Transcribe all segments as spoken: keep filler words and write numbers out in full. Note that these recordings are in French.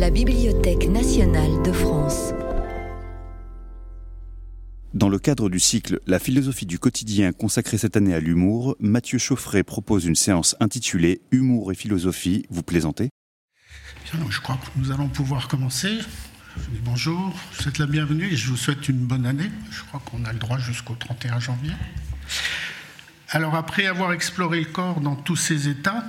la Bibliothèque nationale de France. Dans le cadre du cycle « La philosophie du quotidien » consacré cette année à l'humour, Mathieu Chauffret propose une séance intitulée « Humour et philosophie ». Vous plaisantez ? Bien, je crois que nous allons pouvoir commencer. Je dis bonjour, je vous souhaite la bienvenue et je vous souhaite une bonne année. Je crois qu'on a le droit jusqu'au trente et un janvier. Alors, après avoir exploré le corps dans tous ses états,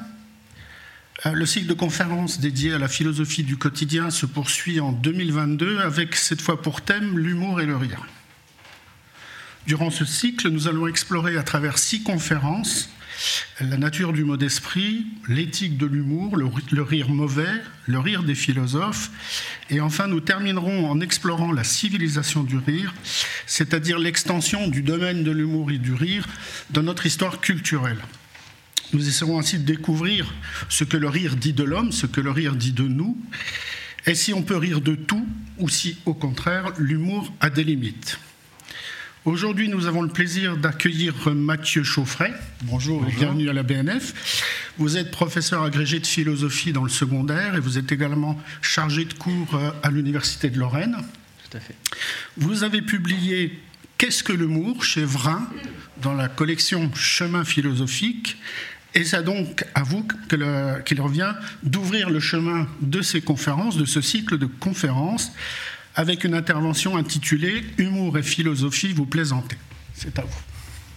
le cycle de conférences dédié à la philosophie du quotidien se poursuit en deux mille vingt-deux avec cette fois pour thème l'humour et le rire. Durant ce cycle, nous allons explorer à travers six conférences la nature du mot d'esprit, l'éthique de l'humour, le, le rire mauvais, le rire des philosophes, et enfin nous terminerons en explorant la civilisation du rire, c'est-à-dire l'extension du domaine de l'humour et du rire dans notre histoire culturelle. Nous essaierons ainsi de découvrir ce que le rire dit de l'homme, ce que le rire dit de nous, et si on peut rire de tout, ou si, au contraire, l'humour a des limites. Aujourd'hui, nous avons le plaisir d'accueillir Mathieu Chauffret. Bonjour, Bonjour et bienvenue à la B N F. Vous êtes professeur agrégé de philosophie dans le secondaire et vous êtes également chargé de cours à l'Université de Lorraine. Tout à fait. Vous avez publié « Qu'est-ce que l'humour » chez Vrin, dans la collection Chemin philosophique. Et c'est donc à vous que le, qu'il revient d'ouvrir le chemin de ces conférences, de ce cycle de conférences, avec une intervention intitulée « Humour et philosophie, vous plaisantez ». C'est à vous.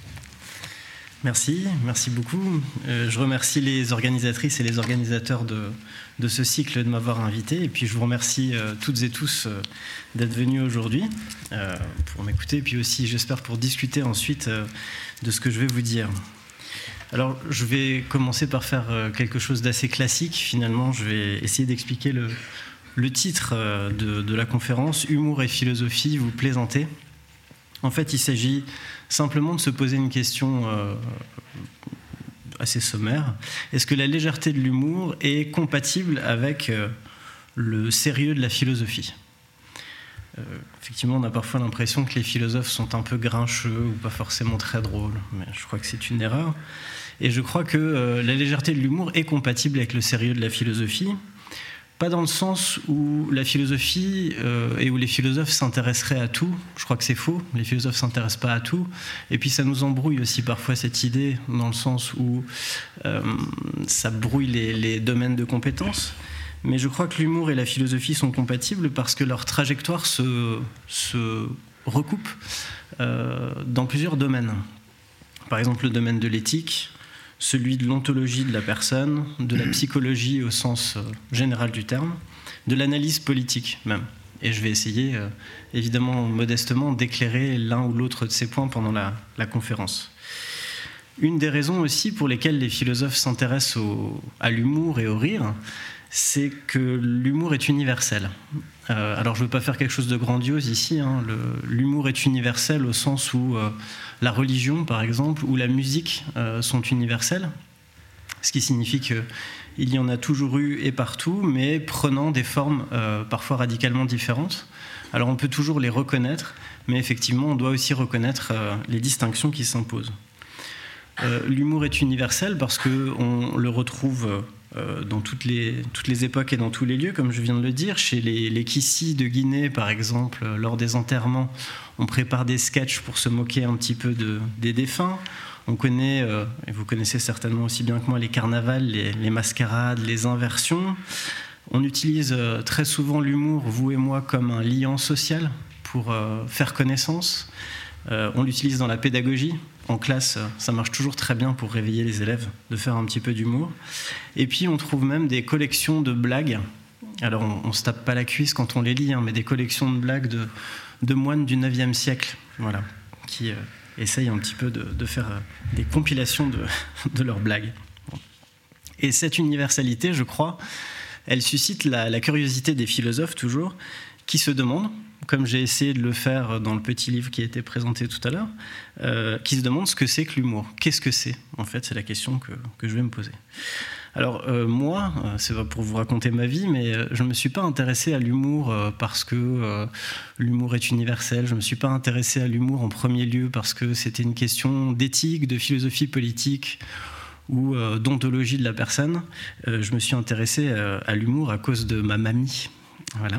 Merci, merci beaucoup. Euh, je remercie les organisatrices et les organisateurs de, de ce cycle de m'avoir invité. Et puis je vous remercie euh, toutes et tous euh, d'être venus aujourd'hui euh, pour m'écouter. Et puis aussi, j'espère, pour discuter ensuite euh, de ce que je vais vous dire. Alors, je vais commencer par faire quelque chose d'assez classique. Finalement, je vais essayer d'expliquer le, le titre de, de la conférence « Humour et philosophie, vous plaisantez ». En fait, il s'agit simplement de se poser une question euh, assez sommaire. Est-ce que la légèreté de l'humour est compatible avec euh, le sérieux de la philosophie ? Euh, effectivement, on a parfois l'impression que les philosophes sont un peu grincheux ou pas forcément très drôles, mais je crois que c'est une erreur. Et je crois que euh, la légèreté de l'humour est compatible avec le sérieux de la philosophie, pas dans le sens où la philosophie euh, et où les philosophes s'intéresseraient à tout. Je crois que c'est faux, les philosophes ne s'intéressent pas à tout. Et puis ça nous embrouille aussi parfois cette idée, dans le sens où euh, ça brouille les, les domaines de compétences. Mais je crois que l'humour et la philosophie sont compatibles parce que leur trajectoire se, se recoupe euh, dans plusieurs domaines. Par exemple, le domaine de l'éthique, celui de l'ontologie de la personne, de la psychologie au sens général du terme, de l'analyse politique même. Et je vais essayer, euh, évidemment, modestement, d'éclairer l'un ou l'autre de ces points pendant la, la conférence. Une des raisons aussi pour lesquelles les philosophes s'intéressent au, à l'humour et au rire, c'est que l'humour est universel. Euh, alors je ne veux pas faire quelque chose de grandiose ici, hein. Le, l'humour est universel au sens où euh, la religion, par exemple, ou la musique euh, sont universelles, ce qui signifie qu'il y en a toujours eu et partout, mais prenant des formes euh, parfois radicalement différentes. Alors on peut toujours les reconnaître, mais effectivement on doit aussi reconnaître euh, les distinctions qui s'imposent. Euh, l'humour est universel parce qu'on le retrouve euh, dans toutes les, toutes les époques et dans tous les lieux, comme je viens de le dire. Chez les, les Kissi de Guinée, par exemple, lors des enterrements, on prépare des sketchs pour se moquer un petit peu de, des défunts. On connaît, euh, et vous connaissez certainement aussi bien que moi, les carnavals, les, les mascarades, les inversions. On utilise euh, très souvent l'humour, vous et moi, comme un liant social pour euh, faire connaissance. Euh, on l'utilise dans la pédagogie. En classe, ça marche toujours très bien pour réveiller les élèves, de faire un petit peu d'humour. Et puis, on trouve même des collections de blagues. Alors, on ne se tape pas la cuisse quand on les lit, hein, mais des collections de blagues de, de moines du neuvième siècle, voilà, qui euh, essayent un petit peu de, de faire euh, des compilations de, de leurs blagues. Bon. Et cette universalité, je crois, elle suscite la, la curiosité des philosophes, toujours, qui se demandent, comme j'ai essayé de le faire dans le petit livre qui a été présenté tout à l'heure, euh, qui se demande ce que c'est que l'humour. Qu'est-ce que c'est ? En fait, c'est la question que, que je vais me poser. Alors, euh, moi, euh, c'est pas pour vous raconter ma vie, mais euh, je ne me suis pas intéressé à l'humour euh, parce que euh, l'humour est universel. Je ne me suis pas intéressé à l'humour en premier lieu parce que c'était une question d'éthique, de philosophie politique ou euh, d'ontologie de la personne. Euh, je me suis intéressé euh, à l'humour à cause de ma mamie, Voilà.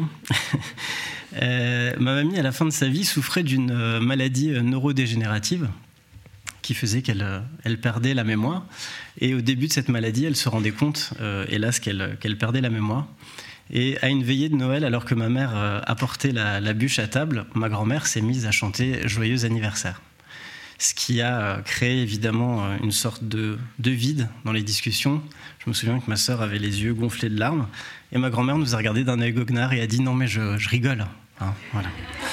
euh, ma mamie, à la fin de sa vie, souffrait d'une maladie neurodégénérative qui faisait qu'elle elle perdait la mémoire. Et au début de cette maladie, elle se rendait compte, euh, hélas, qu'elle, qu'elle perdait la mémoire. Et à une veillée de Noël, alors que ma mère euh, apportait la, la bûche à table, ma grand-mère s'est mise à chanter « Joyeux anniversaire ». Ce qui a créé évidemment une sorte de, de vide dans les discussions. Je me souviens que ma sœur avait les yeux gonflés de larmes et ma grand-mère nous a regardé d'un œil goguenard et a dit « Non mais je, je rigole hein, ». Voilà.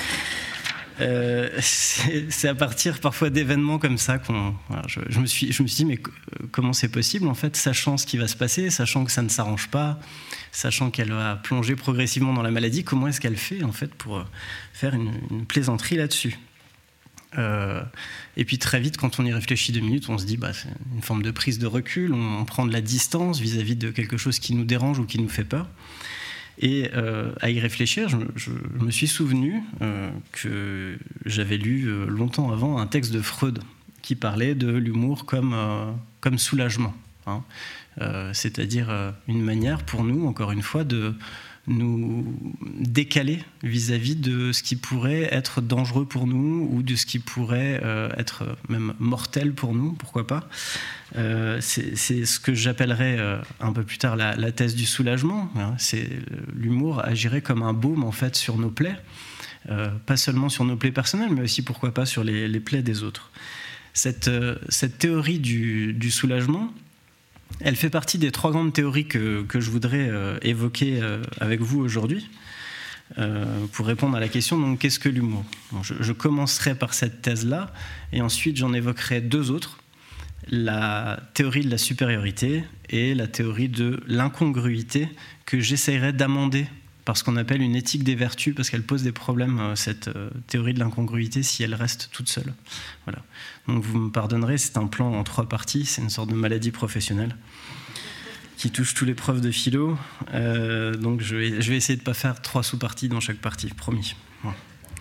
Euh, c'est, c'est à partir parfois d'événements comme ça qu'on. Voilà, je, je, me suis, je me suis dit mais comment c'est possible en fait, sachant ce qui va se passer, sachant que ça ne s'arrange pas, sachant qu'elle va plonger progressivement dans la maladie, comment est-ce qu'elle fait en fait pour faire une, une plaisanterie là-dessus? Euh, et puis très vite, quand on y réfléchit deux minutes, on se dit bah, c'est une forme de prise de recul, on, on prend de la distance vis-à-vis de quelque chose qui nous dérange ou qui nous fait peur. Et euh, à y réfléchir, je, je, je me suis souvenu euh, que j'avais lu euh, longtemps avant un texte de Freud qui parlait de l'humour comme, euh, comme soulagement, hein. euh, c'est-à-dire euh, une manière pour nous, encore une fois, de nous décaler vis-à-vis de ce qui pourrait être dangereux pour nous ou de ce qui pourrait euh, être même mortel pour nous, pourquoi pas. Euh, c'est, c'est ce que j'appellerais euh, un peu plus tard la, la thèse du soulagement, hein. C'est, l'humour agirait comme un baume en fait sur nos plaies, euh, pas seulement sur nos plaies personnelles, mais aussi pourquoi pas sur les, les plaies des autres. Cette, euh, cette théorie du, du soulagement, elle fait partie des trois grandes théories que, que je voudrais euh, évoquer euh, avec vous aujourd'hui euh, pour répondre à la question, donc, qu'est-ce que l'humour ? Bon, je, je commencerai par cette thèse-là et ensuite j'en évoquerai deux autres, la théorie de la supériorité et la théorie de l'incongruité que j'essayerai d'amender par ce qu'on appelle une éthique des vertus, parce qu'elle pose des problèmes, cette théorie de l'incongruité, si elle reste toute seule. Voilà. Donc vous me pardonnerez, c'est un plan en trois parties, c'est une sorte de maladie professionnelle qui touche tous les profs de philo. Euh, donc je vais, je vais essayer de ne pas faire trois sous-parties dans chaque partie, promis. Voilà.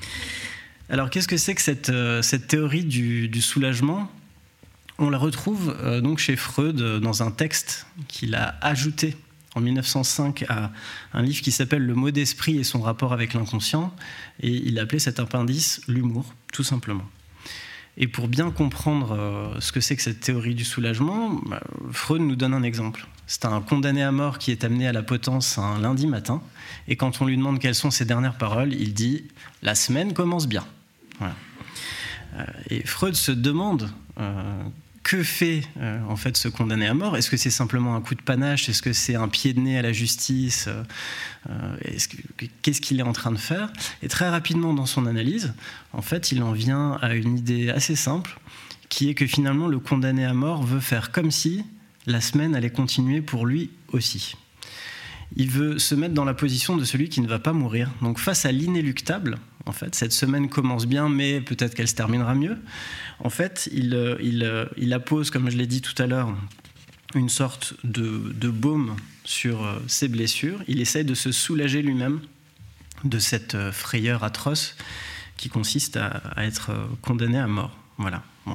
Alors qu'est-ce que c'est que cette, cette théorie du, du soulagement ? On la retrouve euh, donc chez Freud dans un texte qu'il a ajouté en mille neuf cent cinq à un livre qui s'appelle « Le mot d'esprit et son rapport avec l'inconscient », et il appelait cet appendice « l'humour », tout simplement. Et pour bien comprendre euh, ce que c'est que cette théorie du soulagement, bah, Freud nous donne un exemple. C'est un condamné à mort qui est amené à la potence un lundi matin, et quand on lui demande quelles sont ses dernières paroles, il dit « la semaine commence bien ». Voilà. Euh, et Freud se demande euh, que fait euh, en fait ce condamné à mort ? Est-ce que c'est simplement un coup de panache ? Est-ce que c'est un pied de nez à la justice ? euh, est-ce que, Qu'est-ce qu'il est en train de faire ? Et très rapidement dans son analyse, en fait, il en vient à une idée assez simple, qui est que finalement le condamné à mort veut faire comme si la semaine allait continuer pour lui aussi. Il veut se mettre dans la position de celui qui ne va pas mourir. Donc face à l'inéluctable, en fait, cette semaine commence bien, mais peut-être qu'elle se terminera mieux. En fait, il, il, il appose, comme je l'ai dit tout à l'heure, une sorte de, de baume sur ses blessures. Il essaye de se soulager lui-même de cette frayeur atroce qui consiste à, à être condamné à mort. Voilà. Bon.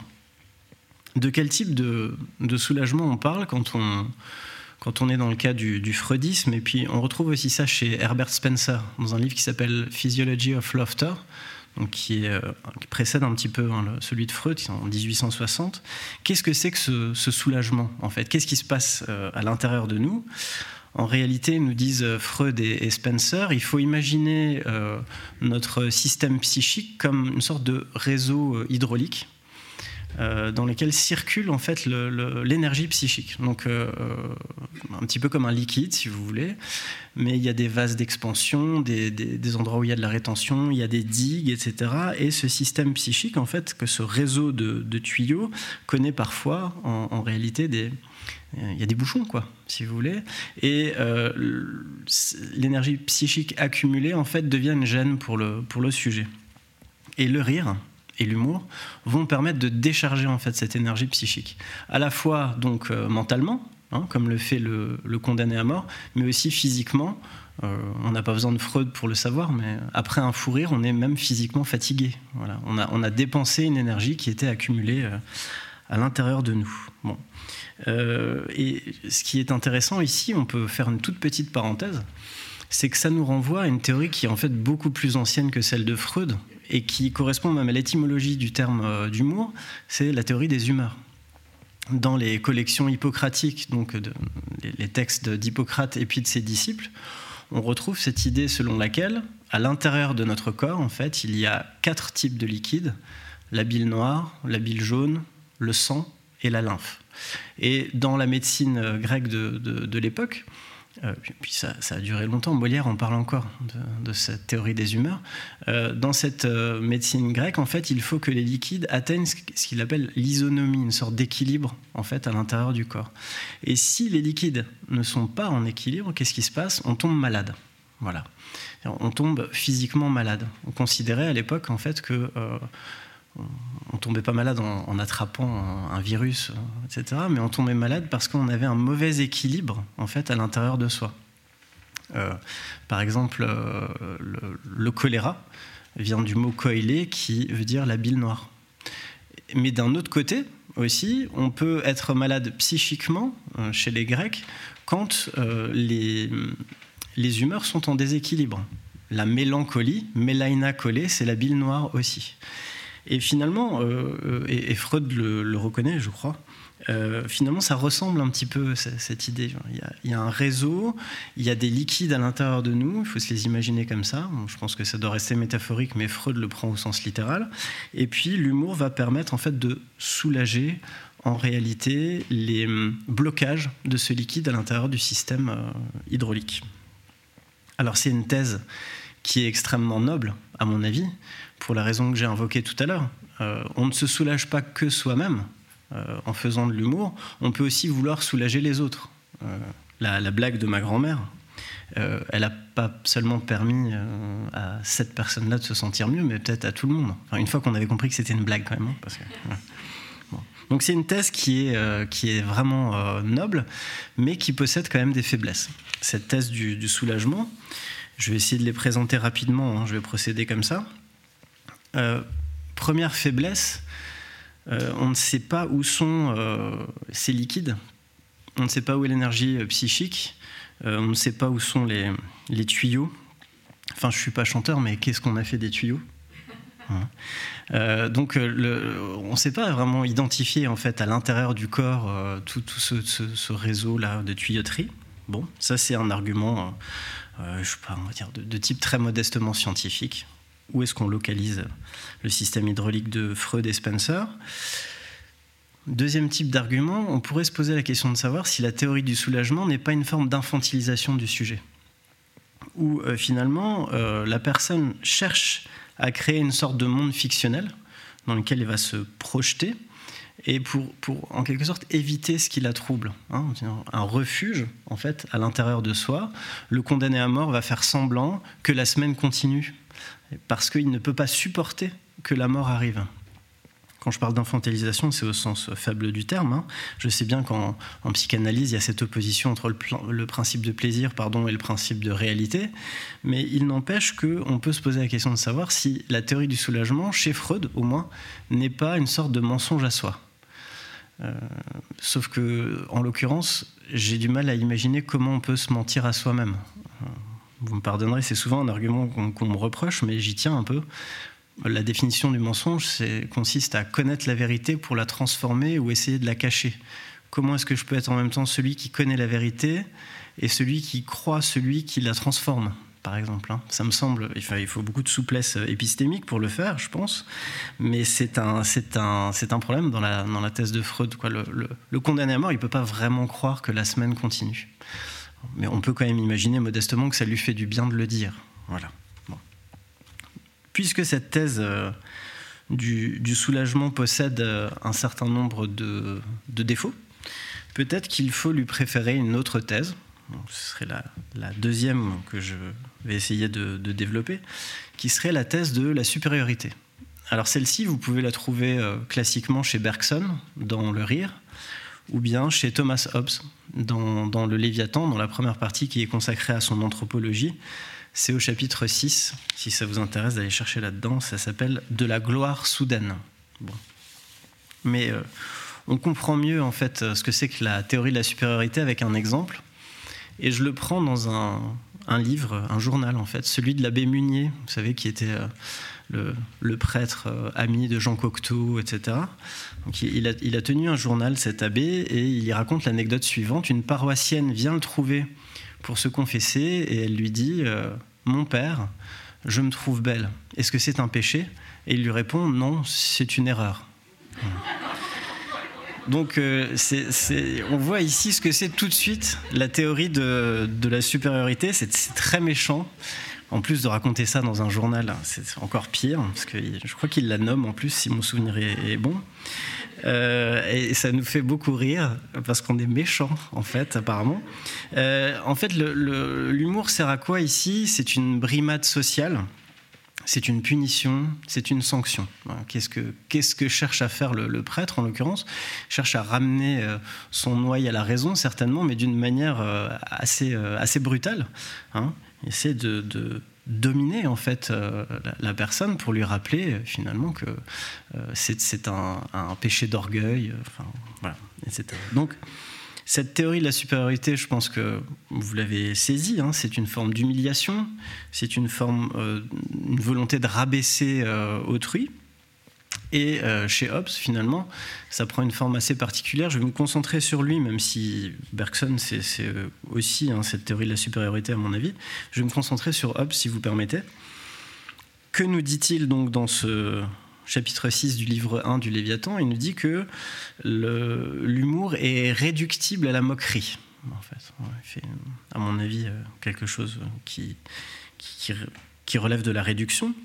De quel type de, de soulagement on parle quand on... quand on est dans le cas du, du freudisme, et puis on retrouve aussi ça chez Herbert Spencer, dans un livre qui s'appelle Physiology of Laughter, donc qui, est, euh, qui précède un petit peu hein, le, celui de Freud, qui est en dix-huit cent soixante. Qu'est-ce que c'est que ce, ce soulagement, en fait ? Qu'est-ce qui se passe euh, à l'intérieur de nous ? En réalité, nous disent Freud et, et Spencer, il faut imaginer euh, notre système psychique comme une sorte de réseau euh, hydraulique, Euh, dans lesquels circule en fait le, le, l'énergie psychique. Donc euh, un petit peu comme un liquide, si vous voulez, mais il y a des vases d'expansion, des, des, des endroits où il y a de la rétention, il y a des digues, et cetera. Et ce système psychique, en fait, que ce réseau de, de tuyaux connaît parfois, en, en réalité, des, il y a des bouchons, quoi, si vous voulez. Et euh, l'énergie psychique accumulée, en fait, devient une gêne pour le, pour le sujet. Et le rire et l'humour vont permettre de décharger en fait cette énergie psychique, à la fois donc euh, mentalement, hein, comme le fait le, le condamné à mort, mais aussi physiquement. Euh, on n'a pas besoin de Freud pour le savoir, mais après un fou rire, on est même physiquement fatigué. Voilà. On a, on a dépensé une énergie qui était accumulée euh, à l'intérieur de nous. Bon. Euh, et ce qui est intéressant ici, on peut faire une toute petite parenthèse, c'est que ça nous renvoie à une théorie qui est en fait beaucoup plus ancienne que celle de Freud et qui correspond même à l'étymologie du terme euh, d'humour, c'est la théorie des humeurs. Dans les collections hippocratiques, donc de, les, les textes d'Hippocrate et puis de ses disciples, on retrouve cette idée selon laquelle, à l'intérieur de notre corps, en fait, il y a quatre types de liquides, la bile noire, la bile jaune, le sang et la lymphe. Et dans la médecine grecque de, de, de l'époque, euh, puis ça, ça a duré longtemps, Molière en parle encore de, de cette théorie des humeurs, euh, dans cette euh, médecine grecque, en fait, il faut que les liquides atteignent ce qu'il appelle l'isonomie, une sorte d'équilibre en fait, à l'intérieur du corps. Et si les liquides ne sont pas en équilibre, qu'est-ce qui se passe ? On tombe malade. Voilà. On tombe physiquement malade. On considérait à l'époque en fait que euh, on tombait pas malade en, en attrapant un, un virus, et cetera. Mais on tombait malade parce qu'on avait un mauvais équilibre en fait à l'intérieur de soi. Euh, par exemple, euh, le, le choléra vient du mot koilé qui veut dire la bile noire. Mais d'un autre côté aussi, on peut être malade psychiquement euh, chez les Grecs quand euh, les les humeurs sont en déséquilibre. La mélancolie, mélaïna collée, c'est la bile noire aussi. Et finalement, euh, et, et Freud le, le reconnaît, je crois, euh, finalement, ça ressemble un petit peu, cette idée. Il y, a, il y a un réseau, il y a des liquides à l'intérieur de nous, il faut se les imaginer comme ça. Bon, je pense que ça doit rester métaphorique, mais Freud le prend au sens littéral. Et puis, l'humour va permettre en fait de soulager en réalité les blocages de ce liquide à l'intérieur du système euh, hydraulique. Alors c'est une thèse qui est extrêmement noble, à mon avis, pour la raison que j'ai invoquée tout à l'heure. Euh, on ne se soulage pas que soi-même euh, en faisant de l'humour, on peut aussi vouloir soulager les autres. Euh, la, la blague de ma grand-mère, euh, elle n'a pas seulement permis euh, à cette personne-là de se sentir mieux, mais peut-être à tout le monde. Enfin, une fois qu'on avait compris que c'était une blague quand même. Hein, parce que, ouais. Bon. Donc c'est une thèse qui est, euh, qui est vraiment euh, noble, mais qui possède quand même des faiblesses. Cette thèse du, du soulagement, je vais essayer de les présenter rapidement, hein, je vais procéder comme ça. Euh, première faiblesse, euh, on ne sait pas où sont euh, ces liquides, on ne sait pas où est l'énergie euh, psychique, euh, on ne sait pas où sont les, les tuyaux. Enfin, je ne suis pas chanteur, mais qu'est-ce qu'on a fait des tuyaux ? Euh, donc le, on ne sait pas vraiment identifier en fait à l'intérieur du corps euh, tout, tout ce, ce, ce réseau là de tuyauterie. Bon, ça c'est un argument, euh, je sais pas, on va dire de, de type très modestement scientifique. Où est-ce qu'on localise le système hydraulique de Freud et Spencer ? Deuxième type d'argument, on pourrait se poser la question de savoir si la théorie du soulagement n'est pas une forme d'infantilisation du sujet, où euh, finalement euh, la personne cherche à créer une sorte de monde fictionnel dans lequel il va se projeter et pour, pour en quelque sorte éviter ce qui la trouble, hein, un refuge en fait à l'intérieur de soi. Le condamné à mort va faire semblant que la semaine continue parce qu'il ne peut pas supporter que la mort arrive. Quand je parle d'infantilisation, c'est au sens faible du terme. Hein. Je sais bien qu'en en psychanalyse, il y a cette opposition entre le, plan, le principe de plaisir pardon, et le principe de réalité. Mais il n'empêche qu'on peut se poser la question de savoir si la théorie du soulagement, chez Freud au moins, n'est pas une sorte de mensonge à soi. Euh, sauf que, en l'occurrence, j'ai du mal à imaginer comment on peut se mentir à soi-même. Vous me pardonnerez, c'est souvent un argument qu'on, qu'on me reproche, mais j'y tiens un peu. La définition du mensonge c'est, consiste à connaître la vérité pour la transformer ou essayer de la cacher. Comment est-ce que je peux être en même temps celui qui connaît la vérité et celui qui croit celui qui la transforme, par exemple, hein. Ça me semble, enfin, il faut beaucoup de souplesse épistémique pour le faire, je pense, mais c'est un, c'est un, c'est un problème dans la, dans la thèse de Freud, quoi. Le, le, le condamné à mort, il ne peut pas vraiment croire que la semaine continue. Mais on peut quand même imaginer modestement que ça lui fait du bien de le dire. Voilà. Puisque cette thèse euh, du, du soulagement possède euh, un certain nombre de, de défauts, peut-être qu'il faut lui préférer une autre thèse. Donc, ce serait la, la deuxième que je vais essayer de, de développer, qui serait la thèse de la supériorité. Alors celle-ci, vous pouvez la trouver euh, classiquement chez Bergson, dans Le Rire, ou bien chez Thomas Hobbes, dans, dans Le Léviathan, dans la première partie qui est consacrée à son anthropologie. C'est au chapitre six, si ça vous intéresse d'aller chercher là-dedans, ça s'appelle « De la gloire soudaine ». Bon. Mais euh, on comprend mieux en fait ce que c'est que la théorie de la supériorité avec un exemple, et je le prends dans un, un livre, un journal en fait, celui de l'abbé Munier, vous savez, qui était euh, le, le prêtre euh, ami de Jean Cocteau, et cetera. Donc, il, a, il a tenu un journal, cet abbé, et il y raconte l'anecdote suivante. Une paroissienne vient le trouver pour se confesser, et elle lui dit euh, « Mon père, je me trouve belle. Est-ce que c'est un péché ?» Et il lui répond « Non, c'est une erreur. » Donc, euh, c'est, c'est, on voit ici ce que c'est tout de suite, la théorie de, de la supériorité. C'est, c'est très méchant. En plus de raconter ça dans un journal, c'est encore pire, parce que je crois qu'il la nomme en plus, si mon souvenir est, est bon. Euh, et ça nous fait beaucoup rire, parce qu'on est méchants, en fait, apparemment. Euh, en fait, le, le, l'humour sert à quoi ici ? C'est une brimade sociale. C'est une punition, c'est une sanction. Qu'est-ce que, qu'est-ce que cherche à faire le, le prêtre, en l'occurrence ? Il cherche à ramener euh, son ouaille à la raison, certainement, mais d'une manière euh, assez, euh, assez brutale. Hein. Il essaie de, de dominer, en fait, euh, la, la personne pour lui rappeler, euh, finalement, que euh, c'est, c'est un, un péché d'orgueil, euh, enfin, voilà, et cetera. Donc, cette théorie de la supériorité, je pense que vous l'avez saisie, hein, c'est une forme d'humiliation, c'est une forme, euh, une volonté de rabaisser euh, autrui. Et euh, chez Hobbes, finalement, ça prend une forme assez particulière. Je vais me concentrer sur lui, même si Bergson, c'est, c'est aussi hein, cette théorie de la supériorité, à mon avis. Je vais me concentrer sur Hobbes, si vous permettez. Que nous dit-il donc dans ce chapitre six du livre un du Léviathan ? Il nous dit que le, l'humour est réductible à la moquerie. En fait, il fait, à mon avis, quelque chose qui, qui, qui relève de la réduction.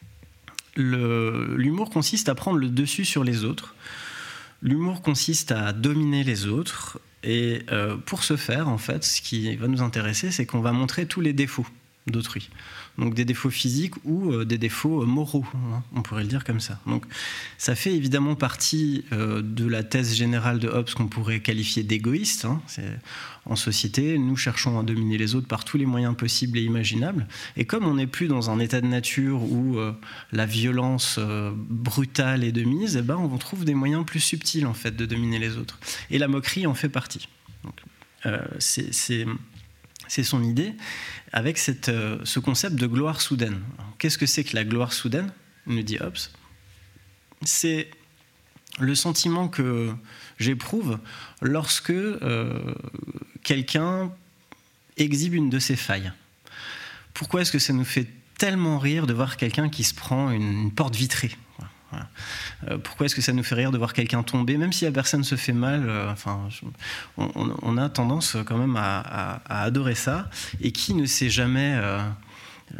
Le, l'humour consiste à prendre le dessus sur les autres. L'humour consiste à dominer les autres. Et euh, pour ce faire, en fait, ce qui va nous intéresser, c'est qu'on va montrer tous les défauts d'autrui. Donc des défauts physiques ou euh, des défauts euh, moraux, hein, on pourrait le dire comme ça. Donc ça fait évidemment partie euh, de la thèse générale de Hobbes qu'on pourrait qualifier d'égoïste. Hein. C'est, en société, nous cherchons à dominer les autres par tous les moyens possibles et imaginables. Et comme on n'est plus dans un état de nature où euh, la violence euh, brutale est de mise, eh ben, on trouve des moyens plus subtils en fait, de dominer les autres. Et la moquerie en fait partie. Donc, euh, c'est... c'est C'est son idée, avec cette, euh, ce concept de gloire soudaine. Alors, qu'est-ce que c'est que la gloire soudaine, nous dit Hobbes ? C'est le sentiment que j'éprouve lorsque euh, quelqu'un exhibe une de ses failles. Pourquoi est-ce que ça nous fait tellement rire de voir quelqu'un qui se prend une, une porte vitrée ? Voilà. Euh, pourquoi est-ce que ça nous fait rire de voir quelqu'un tomber, même si la personne se fait mal euh, enfin, je, on, on a tendance quand même à, à, à adorer ça. Et qui ne s'est jamais, euh, euh,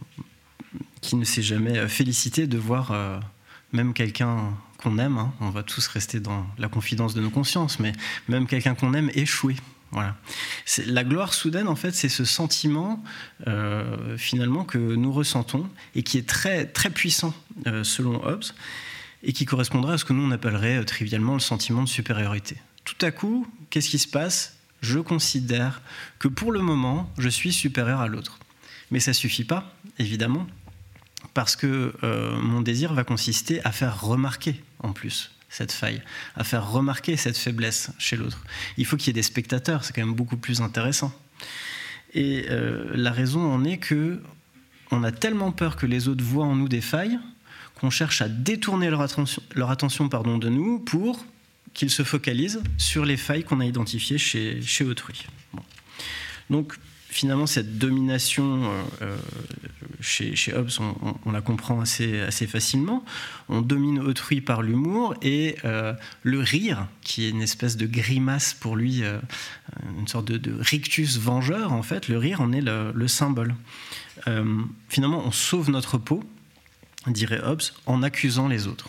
qui ne s'est jamais félicité de voir euh, même quelqu'un qu'on aime, hein, on va tous rester dans la confidence de nos consciences, mais même quelqu'un qu'on aime échouer. Voilà. C'est, la gloire soudaine, en fait, c'est ce sentiment euh, finalement que nous ressentons et qui est très, très puissant euh, selon Hobbes et qui correspondrait à ce que nous on appellerait euh, trivialement le sentiment de supériorité. Tout à coup, qu'est-ce qui se passe ? Je considère que pour le moment, je suis supérieur à l'autre. Mais ça ne suffit pas, évidemment, parce que euh, mon désir va consister à faire remarquer en plus cette faille, à faire remarquer cette faiblesse chez l'autre. Il faut qu'il y ait des spectateurs, c'est quand même beaucoup plus intéressant. Et euh, la raison en est que on a tellement peur que les autres voient en nous des failles qu'on cherche à détourner leur attention, leur attention pardon, de nous pour qu'ils se focalisent sur les failles qu'on a identifiées chez, chez autrui. Bon. Donc, finalement, cette domination euh, chez, chez Hobbes, on, on, on la comprend assez, assez facilement. On domine autrui par l'humour et euh, le rire, qui est une espèce de grimace pour lui, euh, une sorte de, de rictus vengeur, en fait, le rire en est le, le symbole. Euh, finalement, on sauve notre peau, dirait Hobbes, en accusant les autres.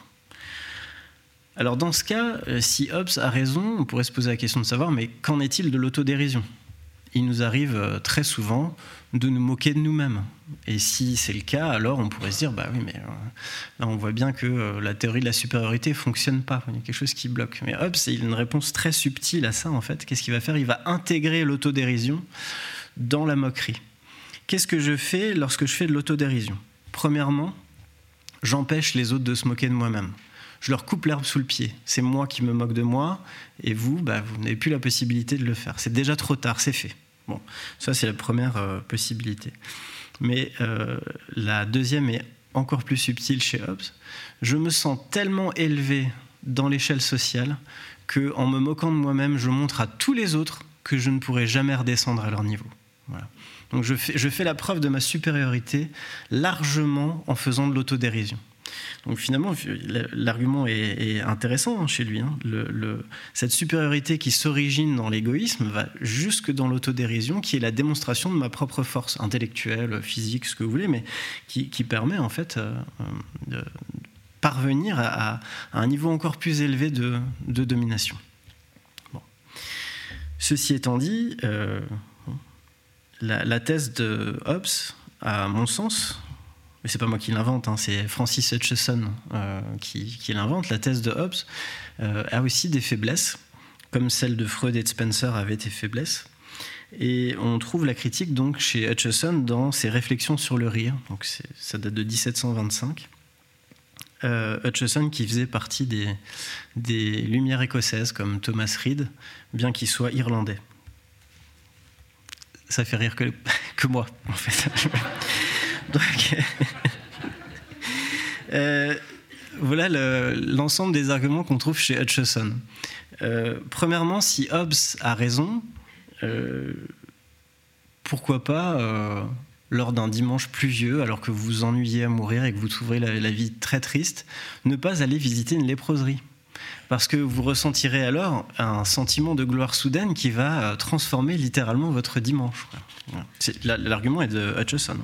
Alors dans ce cas, si Hobbes a raison, on pourrait se poser la question de savoir, mais qu'en est-il de l'autodérision ? Il nous arrive très souvent de nous moquer de nous-mêmes. Et si c'est le cas, alors on pourrait se dire, bah oui, mais là on voit bien que la théorie de la supériorité ne fonctionne pas, il y a quelque chose qui bloque. Mais Hobbes, il a une réponse très subtile à ça, en fait. Qu'est-ce qu'il va faire ? Il va intégrer l'autodérision dans la moquerie. Qu'est-ce que je fais lorsque je fais de l'autodérision ? Premièrement, j'empêche les autres de se moquer de moi-même. Je leur coupe l'herbe sous le pied. C'est moi qui me moque de moi, et vous, bah, vous n'avez plus la possibilité de le faire. C'est déjà trop tard, c'est fait. Bon, ça c'est la première euh, possibilité. Mais euh, la deuxième est encore plus subtile chez Hobbes. Je me sens tellement élevé dans l'échelle sociale qu'en me moquant de moi-même, je montre à tous les autres que je ne pourrai jamais redescendre à leur niveau. Voilà. Donc je fais, je fais la preuve de ma supériorité largement en faisant de l'autodérision. Donc finalement, l'argument est, est intéressant chez lui. Hein. Le, le, cette supériorité qui s'origine dans l'égoïsme va jusque dans l'autodérision, qui est la démonstration de ma propre force intellectuelle, physique, ce que vous voulez, mais qui, qui permet en fait euh, de parvenir à, à un niveau encore plus élevé de, de domination. Bon. Ceci étant dit, euh, la, la thèse de Hobbes, à mon sens, mais c'est pas moi qui l'invente, hein, c'est Francis Hutcheson euh, qui, qui l'invente, la thèse de Hobbes euh, a aussi des faiblesses, comme celle de Freud et de Spencer avait des faiblesses. Et on trouve la critique donc chez Hutcheson dans ses réflexions sur le rire. Donc c'est, ça date de dix-sept cent vingt-cinq. Euh, Hutcheson qui faisait partie des, des Lumières écossaises comme Thomas Reid, bien qu'il soit irlandais. Ça fait rire que, que moi, en fait. Donc, euh, voilà le, l'ensemble des arguments qu'on trouve chez Hutcheson. Euh, premièrement, si Hobbes a raison, euh, pourquoi pas, euh, lors d'un dimanche pluvieux, alors que vous vous ennuyez à mourir et que vous trouverez la, la vie très triste, ne pas aller visiter une léproserie. Parce que vous ressentirez alors un sentiment de gloire soudaine qui va transformer littéralement votre dimanche. C'est, l'argument est de Hutcheson.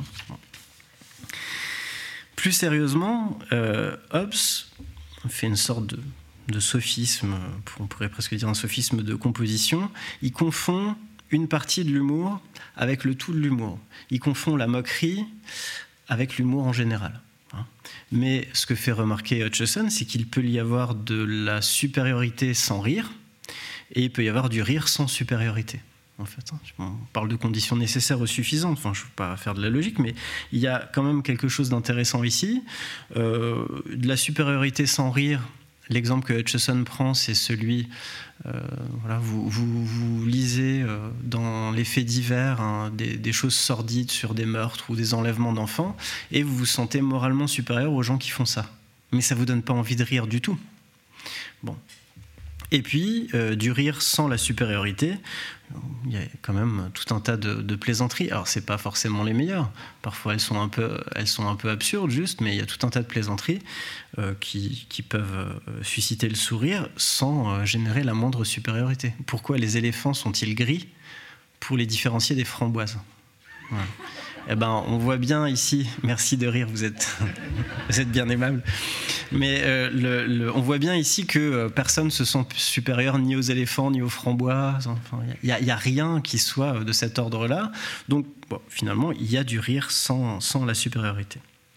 Plus sérieusement, euh, Hobbes fait une sorte de, de sophisme, on pourrait presque dire un sophisme de composition. Il confond une partie de l'humour avec le tout de l'humour. Il confond la moquerie avec l'humour en général. Mais ce que fait remarquer Hutcheson, c'est qu'il peut y avoir de la supériorité sans rire, et il peut y avoir du rire sans supériorité. En fait, on parle de conditions nécessaires ou suffisantes. Enfin, je ne veux pas faire de la logique, mais il y a quand même quelque chose d'intéressant ici. Euh, de la supériorité sans rire, l'exemple que Hutcheson prend, c'est celui, euh, voilà, vous, vous, vous lisez euh, dans les faits divers hein, des, des choses sordides sur des meurtres ou des enlèvements d'enfants, et vous vous sentez moralement supérieur aux gens qui font ça. Mais ça ne vous donne pas envie de rire du tout. Bon. Et puis, euh, du rire sans la supériorité, il y a quand même tout un tas de, de plaisanteries. Alors, ce n'est pas forcément les meilleures. Parfois, elles sont un peu, elles sont un peu absurdes, juste, mais il y a tout un tas de plaisanteries euh, qui, qui peuvent euh, susciter le sourire sans euh, générer la moindre supériorité. Pourquoi les éléphants sont-ils gris pour les différencier des framboises ? Voilà. Eh ben, on voit bien ici, merci de rire, vous êtes, vous êtes bien aimable, mais euh, le, le, on voit bien ici que euh, personne ne se sent supérieur ni aux éléphants, ni aux framboises, enfin, il n'y a, a rien qui soit de cet ordre-là, donc bon, finalement, il y a du rire sans, sans la supériorité.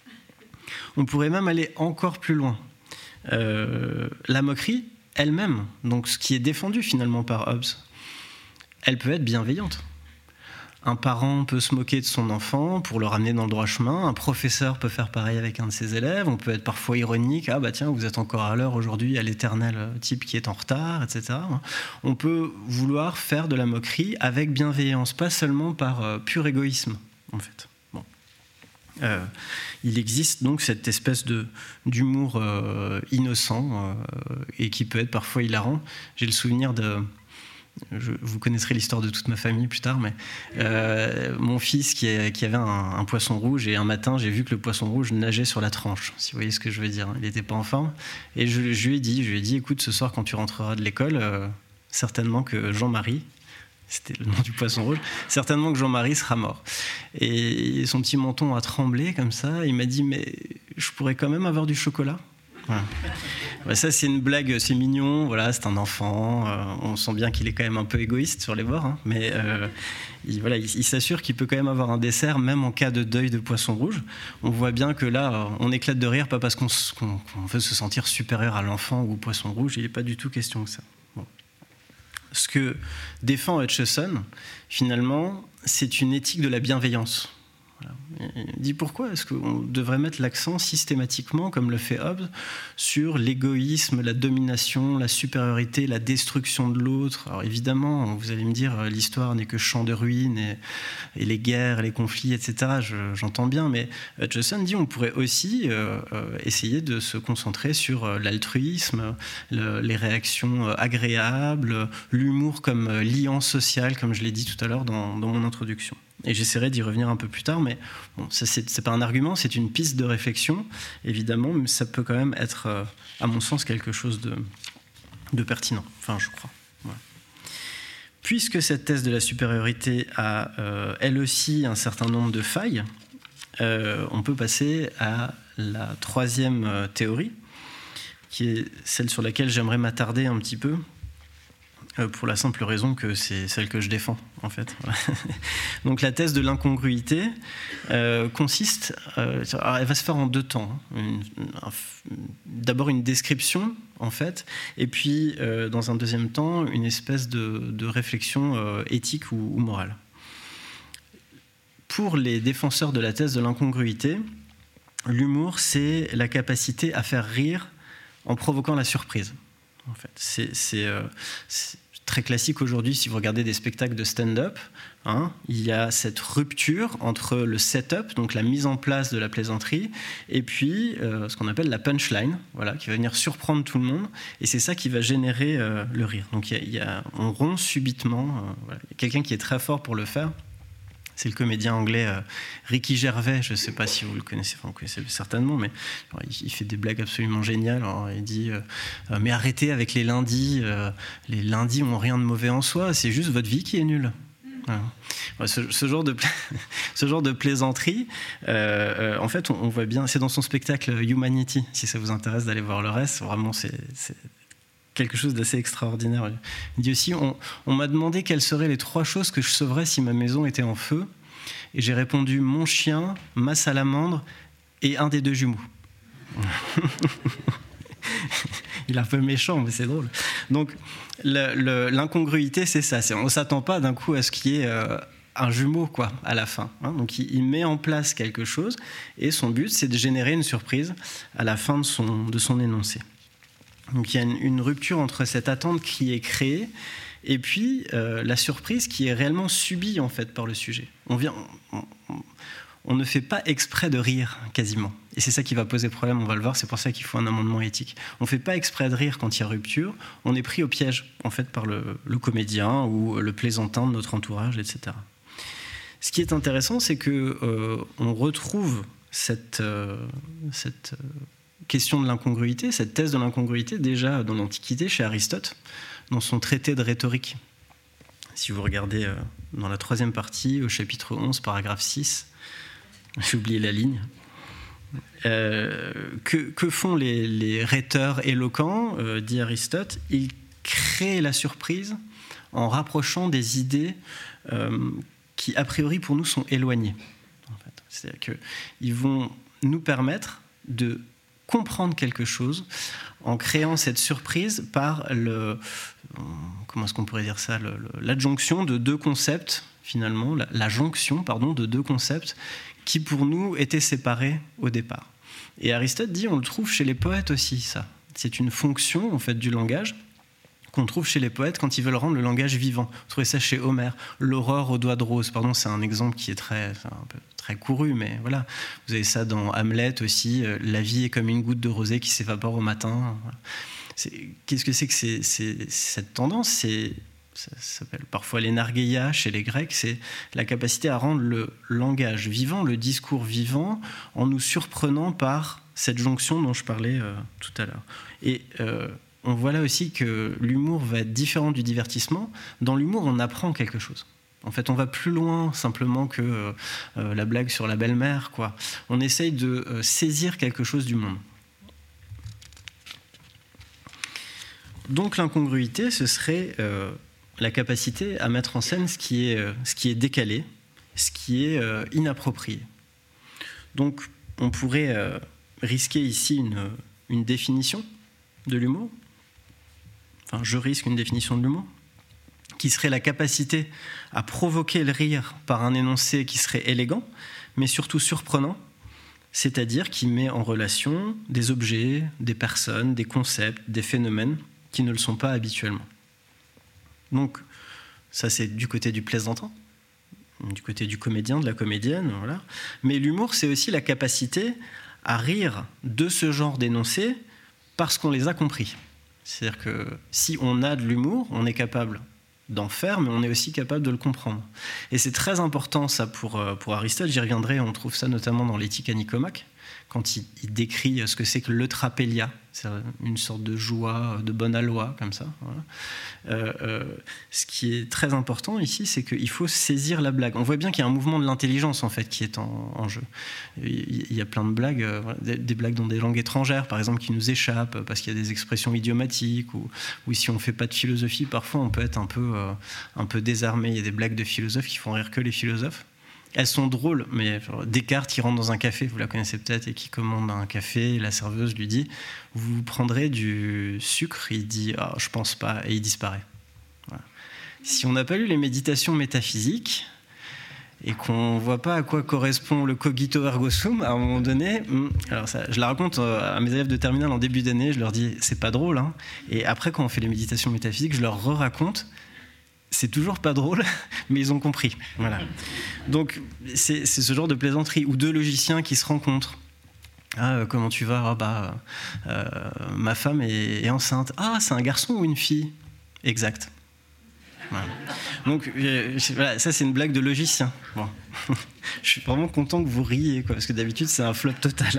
On pourrait même aller encore plus loin. Euh, la moquerie, elle-même, donc ce qui est défendu finalement par Hobbes, elle peut être bienveillante. Un parent peut se moquer de son enfant pour le ramener dans le droit chemin. Un professeur peut faire pareil avec un de ses élèves. On peut être parfois ironique. Ah bah tiens, vous êtes encore à l'heure aujourd'hui à l'éternel type qui est en retard, et cetera. On peut vouloir faire de la moquerie avec bienveillance, pas seulement par euh, pur égoïsme, en fait. Bon. Euh, il existe donc cette espèce de, d'humour euh, innocent euh, et qui peut être parfois hilarant. J'ai le souvenir de... Je, vous connaisserez l'histoire de toute ma famille plus tard, mais euh, mon fils qui, est, qui avait un, un poisson rouge, et un matin j'ai vu que le poisson rouge nageait sur la tranche, si vous voyez ce que je veux dire. Il n'était pas en forme, et je, je lui ai dit, je lui ai dit, écoute, ce soir quand tu rentreras de l'école, euh, certainement que Jean-Marie, c'était le nom du poisson rouge, certainement que Jean-Marie sera mort. Et son petit menton a tremblé comme ça, il m'a dit, mais je pourrais quand même avoir du chocolat ? Voilà. Ouais, ça c'est une blague, c'est mignon, voilà, c'est un enfant, euh, on sent bien qu'il est quand même un peu égoïste sur les bords, hein, mais euh, il, voilà, il, il s'assure qu'il peut quand même avoir un dessert même en cas de deuil de poisson rouge. On voit bien que là on éclate de rire, pas parce qu'on, qu'on, qu'on veut se sentir supérieur à l'enfant ou au poisson rouge, il n'est pas du tout question de ça. Bon. Ce que défend Hutcheson, finalement, c'est une éthique de la bienveillance. Voilà. Il dit pourquoi est-ce qu'on devrait mettre l'accent systématiquement, comme le fait Hobbes, sur l'égoïsme, la domination, la supériorité, la destruction de l'autre. Alors évidemment, vous allez me dire, l'histoire n'est que champ de ruines et, et les guerres, les conflits, et cetera. Je, j'entends bien, mais Johnson dit on pourrait aussi euh, essayer de se concentrer sur l'altruisme, le, les réactions agréables, l'humour comme liant social, comme je l'ai dit tout à l'heure dans, dans mon introduction. Et j'essaierai d'y revenir un peu plus tard, mais bon, ça, c'est, c'est pas un argument, c'est une piste de réflexion, évidemment, mais ça peut quand même être, euh, à mon sens, quelque chose de, de pertinent. Enfin, je crois. Voilà. Puisque cette thèse de la supériorité a, euh, elle aussi, un certain nombre de failles, euh, on peut passer à la troisième euh, théorie, qui est celle sur laquelle j'aimerais m'attarder un petit peu, pour la simple raison que c'est celle que je défends, en fait. Donc la thèse de l'incongruité euh, consiste... Euh, alors elle va se faire en deux temps. Une, un, d'abord une description, en fait, et puis, euh, dans un deuxième temps, une espèce de, de réflexion euh, éthique ou, ou morale. Pour les défenseurs de la thèse de l'incongruité, l'humour, c'est la capacité à faire rire en provoquant la surprise. En fait, c'est... c'est, euh, c'est très classique aujourd'hui, si vous regardez des spectacles de stand-up, hein, il y a cette rupture entre le setup, donc la mise en place de la plaisanterie, et puis euh, ce qu'on appelle la punchline, voilà, qui va venir surprendre tout le monde, et c'est ça qui va générer euh, le rire. Donc il y a, il y a, on rompt subitement, euh, voilà. Il y a quelqu'un qui est très fort pour le faire. C'est le comédien anglais euh, Ricky Gervais, je ne sais pas si vous le connaissez, enfin vous le connaissez certainement, mais alors, il, il fait des blagues absolument géniales. Alors, il dit euh, « Mais arrêtez avec les lundis, euh, les lundis n'ont rien de mauvais en soi, c'est juste votre vie qui est nulle. » Voilà. Voilà, ce, ce, genre de pla... ce genre de plaisanterie, euh, euh, en fait, on, on voit bien, c'est dans son spectacle Humanity, si ça vous intéresse d'aller voir le reste, vraiment c'est... c'est... quelque chose d'assez extraordinaire. Il dit aussi, on, on m'a demandé quelles seraient les trois choses que je sauverais si ma maison était en feu. Et j'ai répondu, mon chien, ma salamandre et un des deux jumeaux. Il est un peu méchant, mais c'est drôle. Donc, le, le, l'incongruité, c'est ça. C'est, on ne s'attend pas d'un coup à ce qu'il y ait euh, un jumeau, quoi, à la fin. Hein. Donc, il, il met en place quelque chose, et son but, c'est de générer une surprise à la fin de son, de son énoncé. Donc il y a une, une rupture entre cette attente qui est créée et puis euh, la surprise qui est réellement subie en fait par le sujet. On, vient, on, on, on ne fait pas exprès de rire quasiment. Et c'est ça qui va poser problème, on va le voir, c'est pour ça qu'il faut un amendement éthique. On ne fait pas exprès de rire quand il y a rupture, on est pris au piège en fait par le, le comédien ou le plaisantin de notre entourage, et cetera. Ce qui est intéressant, c'est qu'on euh, retrouve cette... Euh, cette euh, question de l'incongruité, cette thèse de l'incongruité déjà dans l'Antiquité chez Aristote, dans son traité de rhétorique. Si vous regardez euh, dans la troisième partie, au chapitre onze, paragraphe six, j'ai oublié la ligne, euh, que, que font les, les rhéteurs éloquents, euh, dit Aristote, ils créent la surprise en rapprochant des idées euh, qui, a priori, pour nous, sont éloignées. En fait. C'est-à-dire qu'ils vont nous permettre de comprendre quelque chose en créant cette surprise par le, comment est-ce qu'on pourrait dire ça, le, le, l'adjonction de deux concepts, finalement, la, la jonction, pardon, de deux concepts qui pour nous étaient séparés au départ. Et Aristote dit, on le trouve chez les poètes aussi, ça. C'est une fonction, en fait, du langage qu'on trouve chez les poètes quand ils veulent rendre le langage vivant. Vous trouvez ça chez Homère, l'aurore aux doigts de rose. Pardon, c'est un exemple qui est très, un peu, très couru, mais voilà. Vous avez ça dans Hamlet aussi. La vie est comme une goutte de rosée qui s'évapore au matin. Voilà. C'est, qu'est-ce que c'est que c'est, c'est, cette tendance c'est, ça, ça s'appelle parfois l'énargeia chez les Grecs. C'est la capacité à rendre le langage vivant, le discours vivant, en nous surprenant par cette jonction dont je parlais euh, tout à l'heure. Et euh, on voit là aussi que l'humour va être différent du divertissement. Dans l'humour, on apprend quelque chose. En fait, on va plus loin simplement que euh, euh, la blague sur la belle-mère, quoi. On essaye de euh, saisir quelque chose du monde. Donc l'incongruité, ce serait euh, la capacité à mettre en scène ce qui est, euh, ce qui est décalé, ce qui est euh, inapproprié. Donc on pourrait euh, risquer ici une, une définition de l'humour. Enfin, je risque une définition de l'humour. qui serait la capacité à provoquer le rire par un énoncé qui serait élégant, mais surtout surprenant, c'est-à-dire qui met en relation des objets, des personnes, des concepts, des phénomènes qui ne le sont pas habituellement. Donc, ça c'est du côté du plaisantant, du côté du comédien, de la comédienne, voilà. Mais l'humour, c'est aussi la capacité à rire de ce genre d'énoncés parce qu'on les a compris. C'est-à-dire que si on a de l'humour, on est capable d'en faire, mais on est aussi capable de le comprendre. Et c'est très important ça pour, pour Aristote, j'y reviendrai, on trouve ça notamment dans l'Éthique à Nicomaque, quand il, il décrit ce que c'est que l'eutrapélia, c'est une sorte de joie, de bonne aloi, comme ça. Voilà. Euh, euh, ce qui est très important ici, c'est qu'il faut saisir la blague. On voit bien qu'il y a un mouvement de l'intelligence, en fait, qui est en, en jeu. Il y a plein de blagues, euh, des, des blagues dans des langues étrangères, par exemple, qui nous échappent, parce qu'il y a des expressions idiomatiques, ou, ou si on ne fait pas de philosophie, parfois on peut être un peu, euh, un peu désarmé. Il y a des blagues de philosophes qui font rire que les philosophes. Elles sont drôles, mais Descartes qui rentre dans un café, vous la connaissez peut-être, et qui commande un café, et la serveuse lui dit « Vous prendrez du sucre ?» Il dit « Ah, je pense pas », et il disparaît. Voilà. Si on n'a pas lu les méditations métaphysiques, et qu'on ne voit pas à quoi correspond le cogito ergo sum, à un moment donné, alors ça, je la raconte à mes élèves de terminale en début d'année, je leur dis « C'est pas drôle hein ». Et après, quand on fait les méditations métaphysiques, je leur re-raconte. C'est toujours pas drôle, mais ils ont compris. Voilà. Donc, c'est, c'est ce genre de plaisanterie. Ou deux logiciens qui se rencontrent. Ah, euh, comment tu vas ? Ah, bah, euh, ma femme est, est enceinte. Ah, c'est un garçon ou une fille ? Exact. Voilà. Donc, euh, voilà, ça, c'est une blague de logicien. Bon. Je suis vraiment content que vous riez, quoi, parce que d'habitude, c'est un flop total.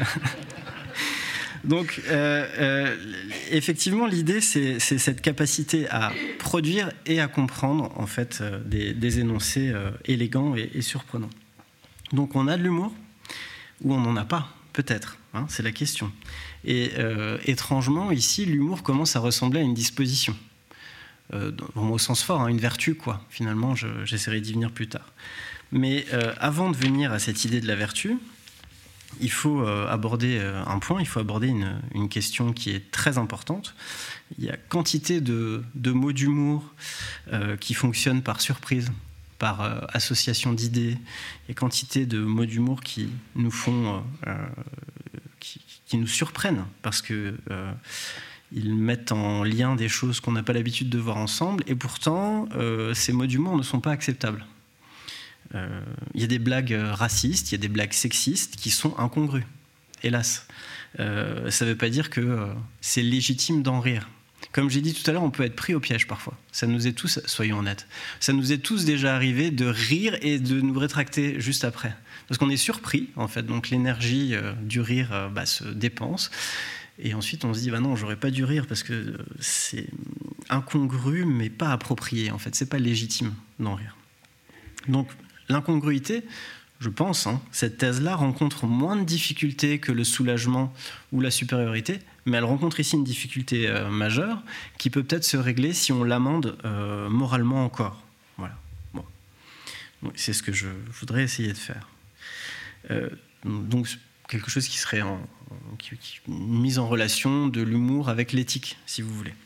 Donc, euh, euh, effectivement, l'idée, c'est, c'est cette capacité à produire et à comprendre, en fait, euh, des, des énoncés euh, élégants et, et surprenants. Donc, on a de l'humour ou on n'en a pas, peut-être, hein, c'est la question. Et euh, étrangement, ici, l'humour commence à ressembler à une disposition. Euh, au sens fort, hein, une vertu, quoi. Finalement, je, j'essaierai d'y venir plus tard. Mais euh, avant de venir à cette idée de la vertu, il faut euh, aborder euh, un point, il faut aborder une, une question qui est très importante. Il y a quantité de, de mots d'humour euh, qui fonctionnent par surprise, par euh, association d'idées. Il y a quantité de mots d'humour qui nous font, euh, qui, qui nous surprennent parce que euh, ils mettent en lien des choses qu'on n'a pas l'habitude de voir ensemble. Et pourtant, euh, ces mots d'humour ne sont pas acceptables. Il euh, y a des blagues racistes, il y a des blagues sexistes qui sont incongrues, hélas. Euh, ça ne veut pas dire que euh, c'est légitime d'en rire. Comme j'ai dit tout à l'heure, on peut être pris au piège parfois. Ça nous est tous, soyons honnêtes, ça nous est tous déjà arrivé de rire et de nous rétracter juste après. Parce qu'on est surpris, en fait, donc l'énergie euh, du rire euh, bah, se dépense. Et ensuite, on se dit, bah non, j'aurais pas dû rire parce que c'est incongru, mais pas approprié, en fait. C'est pas légitime d'en rire. Donc, l'incongruité, je pense, hein, cette thèse-là rencontre moins de difficultés que le soulagement ou la supériorité, mais elle rencontre ici une difficulté euh, majeure qui peut peut-être se régler si on l'amende euh, moralement encore. Voilà. Bon. Donc, c'est ce que je voudrais essayer de faire. Euh, donc, quelque chose qui serait en, qui, qui, une mise en relation de l'humour avec l'éthique, si vous voulez.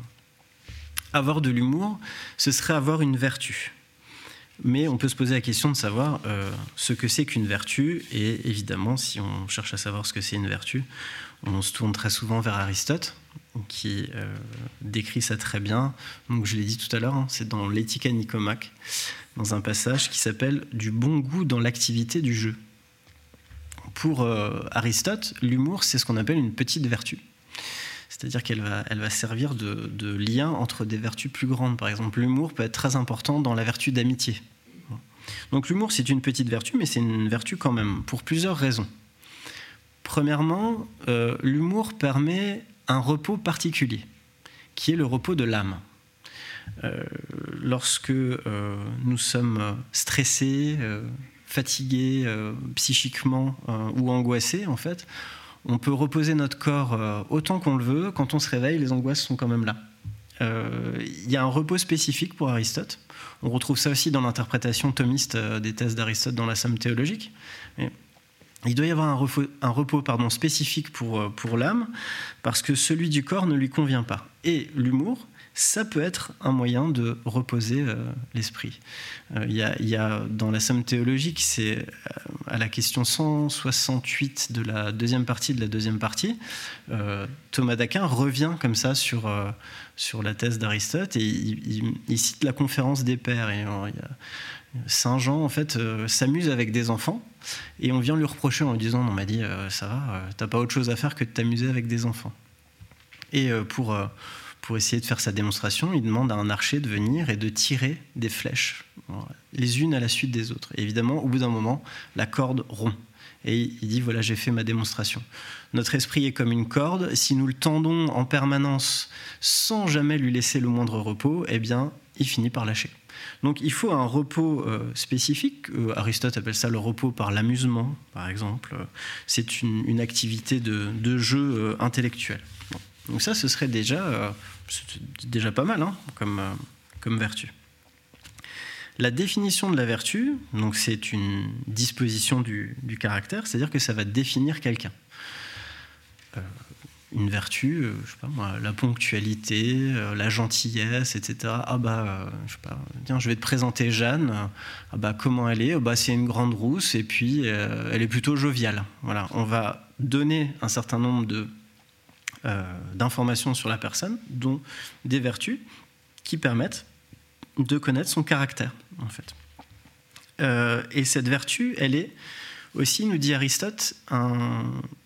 Avoir de l'humour, ce serait avoir une vertu. Mais on peut se poser la question de savoir euh, ce que c'est qu'une vertu. Et évidemment, si on cherche à savoir ce que c'est une vertu, on se tourne très souvent vers Aristote, qui euh, décrit ça très bien. Donc, je l'ai dit tout à l'heure, hein, c'est dans l'Éthique à Nicomaque, dans un passage qui s'appelle « Du bon goût dans l'activité du jeu ». Pour euh, Aristote, l'humour, c'est ce qu'on appelle une petite vertu. C'est-à-dire qu'elle va, elle va servir de, de lien entre des vertus plus grandes. Par exemple, l'humour peut être très important dans la vertu d'amitié. Donc l'humour, c'est une petite vertu, mais c'est une vertu quand même, pour plusieurs raisons. Premièrement, euh, l'humour permet un repos particulier, qui est le repos de l'âme. Euh, lorsque euh, nous sommes stressés, euh, fatigués euh, psychiquement euh, ou angoissés, en fait, on peut reposer notre corps euh, autant qu'on le veut. Quand on se réveille, les angoisses sont quand même là. Euh, il y a un repos spécifique pour Aristote. On retrouve ça aussi dans l'interprétation thomiste euh, des thèses d'Aristote dans la Somme théologique. Mais il doit y avoir un repos, un repos pardon, spécifique pour, pour l'âme, parce que celui du corps ne lui convient pas. Et l'humour, ça peut être un moyen de reposer euh, l'esprit. Il euh, y, a, y a dans la Somme théologique, c'est euh, à la question cent soixante-huit de la deuxième partie de la deuxième partie, euh, Thomas d'Aquin revient comme ça sur, euh, sur la thèse d'Aristote et il, il, il cite la conférence des pères. Et, euh, y a, Saint Jean, en fait, euh, s'amuse avec des enfants et on vient lui reprocher en lui disant « Non, on m'a dit, euh, ça va, euh, t'as pas autre chose à faire que de t'amuser avec des enfants. » Et euh, pour, euh, pour essayer de faire sa démonstration, il demande à un archer de venir et de tirer des flèches, les unes à la suite des autres. Et évidemment, au bout d'un moment, la corde rompt. Et il dit « Voilà, j'ai fait ma démonstration. Notre esprit est comme une corde. Si nous le tendons en permanence sans jamais lui laisser le moindre repos, eh bien, il finit par lâcher. » Donc il faut un repos euh, spécifique. Euh, Aristote appelle ça le repos par l'amusement, par exemple. C'est une, une activité de, de jeu euh, intellectuel. Bon. Donc ça, ce serait déjà, euh, déjà pas mal hein, comme, euh, comme vertu. La définition de la vertu, donc c'est une disposition du, du caractère, c'est-à-dire que ça va définir quelqu'un. Euh, une vertu, euh, je sais pas moi, la ponctualité, euh, la gentillesse, et cetera. Ah bah, euh, je sais pas, tiens, je vais te présenter Jeanne. Ah bah, comment elle est ? Ah bah, c'est une grande rousse et puis euh, elle est plutôt joviale. Voilà, on va donner un certain nombre de euh, d'informations sur la personne, dont des vertus qui permettent de connaître son caractère, en fait. Euh, et cette vertu, elle est aussi, nous dit Aristote, un,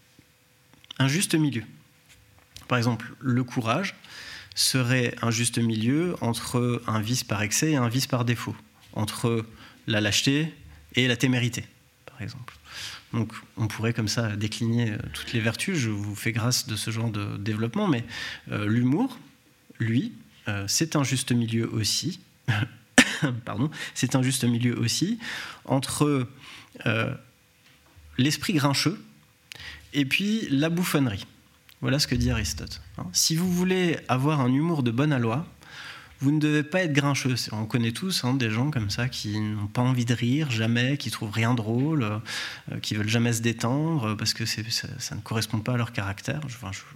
un juste milieu. Par exemple, le courage serait un juste milieu entre un vice par excès et un vice par défaut, entre la lâcheté et la témérité, par exemple. Donc, on pourrait comme ça décliner toutes les vertus. Je vous fais grâce de ce genre de développement, mais euh, l'humour, lui, euh, c'est un juste milieu aussi. Pardon, c'est un juste milieu aussi entre euh, l'esprit grincheux et puis la bouffonnerie. Voilà ce que dit Aristote. Si vous voulez avoir un humour de bonne aloi, vous ne devez pas être grincheux. On connaît tous hein, des gens comme ça qui n'ont pas envie de rire jamais, qui trouvent rien drôle, euh, qui veulent jamais se détendre parce que c'est, ça, ça ne correspond pas à leur caractère. Enfin, je,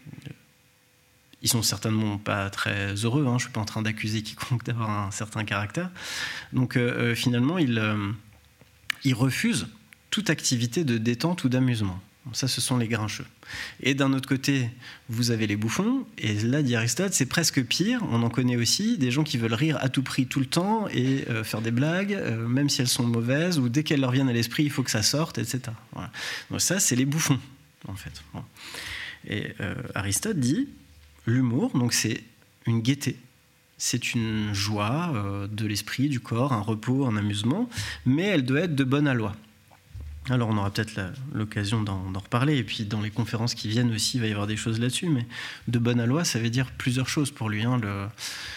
ils sont certainement pas très heureux. Hein, je suis pas en train d'accuser quiconque d'avoir un certain caractère. Donc euh, finalement, ils, euh, ils refusent toute activité de détente ou d'amusement. Ça, ce sont les grincheux. Et d'un autre côté, vous avez les bouffons. Et là, dit Aristote, c'est presque pire. On en connaît aussi des gens qui veulent rire à tout prix tout le temps et euh, faire des blagues, euh, même si elles sont mauvaises, ou dès qu'elles leur viennent à l'esprit, il faut que ça sorte, et cetera. Voilà. Donc ça, c'est les bouffons, en fait. Bon. Et euh, Aristote dit, l'humour, donc c'est une gaieté. C'est une joie euh, de l'esprit, du corps, un repos, un amusement, mais elle doit être de bonne aloi. Alors on aura peut-être la, l'occasion d'en, d'en reparler, et puis dans les conférences qui viennent aussi, il va y avoir des choses là-dessus, mais de bonne aloi, ça veut dire plusieurs choses pour lui. Hein, le, euh,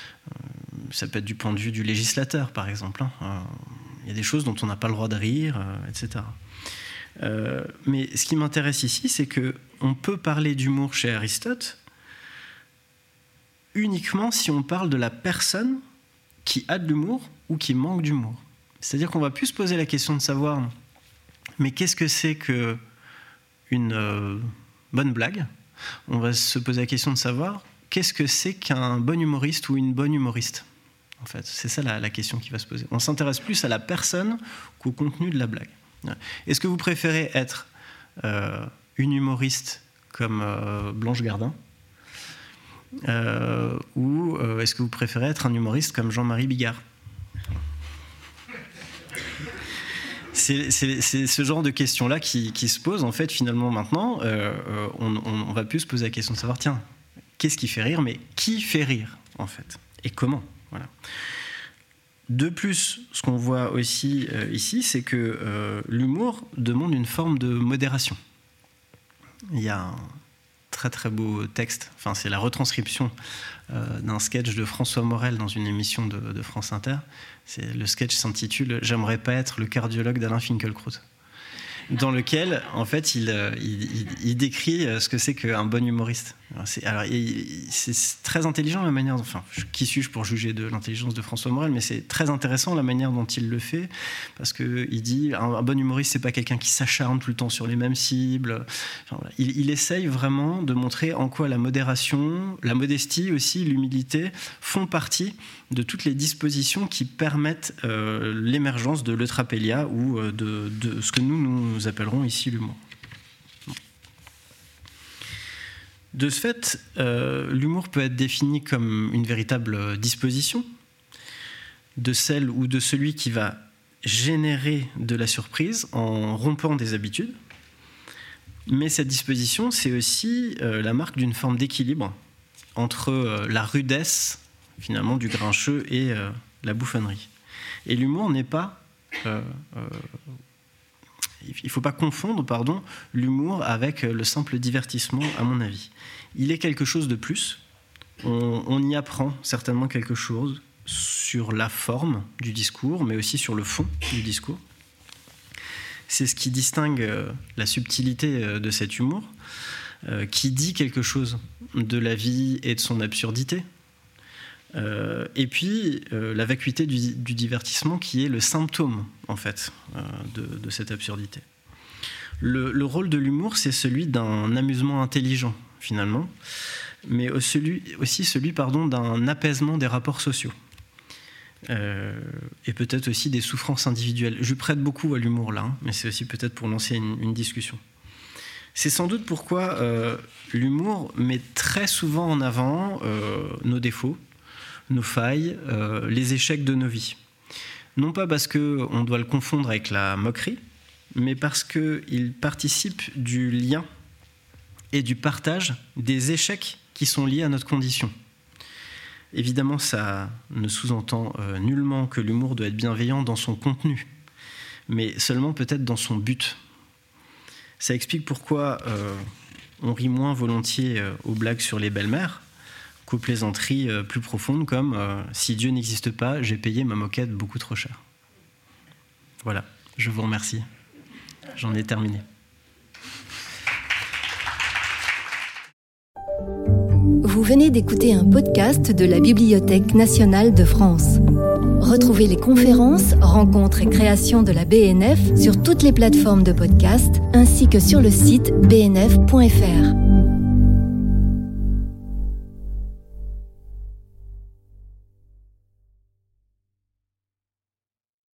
ça peut être du point de vue du législateur, par exemple. Hein. Euh, il y a des choses dont on n'a pas le droit de rire, euh, et cetera. Euh, mais ce qui m'intéresse ici, c'est qu'on peut parler d'humour chez Aristote uniquement si on parle de la personne qui a de l'humour ou qui manque d'humour. C'est-à-dire qu'on ne va plus se poser la question de savoir mais qu'est-ce que c'est qu'une euh, bonne blague ? On va se poser la question de savoir qu'est-ce que c'est qu'un bon humoriste ou une bonne humoriste ? En fait, c'est ça la, la question qui va se poser. On s'intéresse plus à la personne qu'au contenu de la blague. Est-ce que vous préférez être euh, une humoriste comme euh, Blanche Gardin ? Euh, ou euh, est-ce que vous préférez être un humoriste comme Jean-Marie Bigard ? C'est, c'est, c'est ce genre de questions-là qui, qui se posent, en fait, finalement, maintenant. Euh, on, on, on va plus se poser la question de savoir, tiens, qu'est-ce qui fait rire, mais qui fait rire, en fait, et comment, voilà. De plus, ce qu'on voit aussi euh, ici, c'est que euh, l'humour demande une forme de modération. Il y a un très très beau texte, enfin c'est la retranscription euh, d'un sketch de François Morel dans une émission de, de France Inter. C'est, le sketch s'intitule « J'aimerais pas être le cardiologue d'Alain Finkielkraut ». dans lequel, en fait, il, il, il, il décrit ce que c'est qu'un bon humoriste. Alors, c'est, alors, c'est très intelligent la manière... Enfin, qui suis-je pour juger de l'intelligence de François Morel, mais c'est très intéressant la manière dont il le fait, parce qu'il dit un, un bon humoriste, c'est pas quelqu'un qui s'acharne tout le temps sur les mêmes cibles. Enfin, voilà. il, il essaye vraiment de montrer en quoi la modération, la modestie aussi, l'humilité font partie de toutes les dispositions qui permettent euh, l'émergence de l'eutrapelia ou euh, de, de ce que nous, nous appellerons ici l'humour. De ce fait, euh, l'humour peut être défini comme une véritable disposition de celle ou de celui qui va générer de la surprise en rompant des habitudes. Mais cette disposition, c'est aussi euh, la marque d'une forme d'équilibre entre euh, la rudesse, finalement, du grincheux et euh, la bouffonnerie. Et l'humour n'est pas... Euh, euh, il ne faut pas confondre, pardon, l'humour avec le simple divertissement, à mon avis. Il est quelque chose de plus. On, on y apprend certainement quelque chose sur la forme du discours, mais aussi sur le fond du discours. C'est ce qui distingue la subtilité de cet humour, euh, qui dit quelque chose de la vie et de son absurdité. Euh, et puis, euh, la vacuité du, du divertissement qui est le symptôme, en fait, euh, de, de cette absurdité. Le, le rôle de l'humour, c'est celui d'un amusement intelligent, finalement, mais celui, aussi celui pardon, d'un apaisement des rapports sociaux. Euh, et peut-être aussi des souffrances individuelles. Je prête beaucoup à l'humour, là, hein, mais c'est aussi peut-être pour lancer une, une discussion. C'est sans doute pourquoi euh, l'humour met très souvent en avant euh, nos défauts, nos failles, euh, les échecs de nos vies. Non pas parce qu'on doit le confondre avec la moquerie, mais parce qu'il participe du lien et du partage des échecs qui sont liés à notre condition. Évidemment, ça ne sous-entend euh, nullement que l'humour doit être bienveillant dans son contenu, mais seulement peut-être dans son but. Ça explique pourquoi euh, on rit moins volontiers euh, aux blagues sur les belles-mères, qu'aux plaisanteries plus profondes comme euh, « si Dieu n'existe pas, j'ai payé ma moquette beaucoup trop cher ». Voilà, je vous remercie. J'en ai terminé. Vous venez d'écouter un podcast de la Bibliothèque nationale de France. Retrouvez les conférences, rencontres et créations de la B N F sur toutes les plateformes de podcast ainsi que sur le site b n f point f r.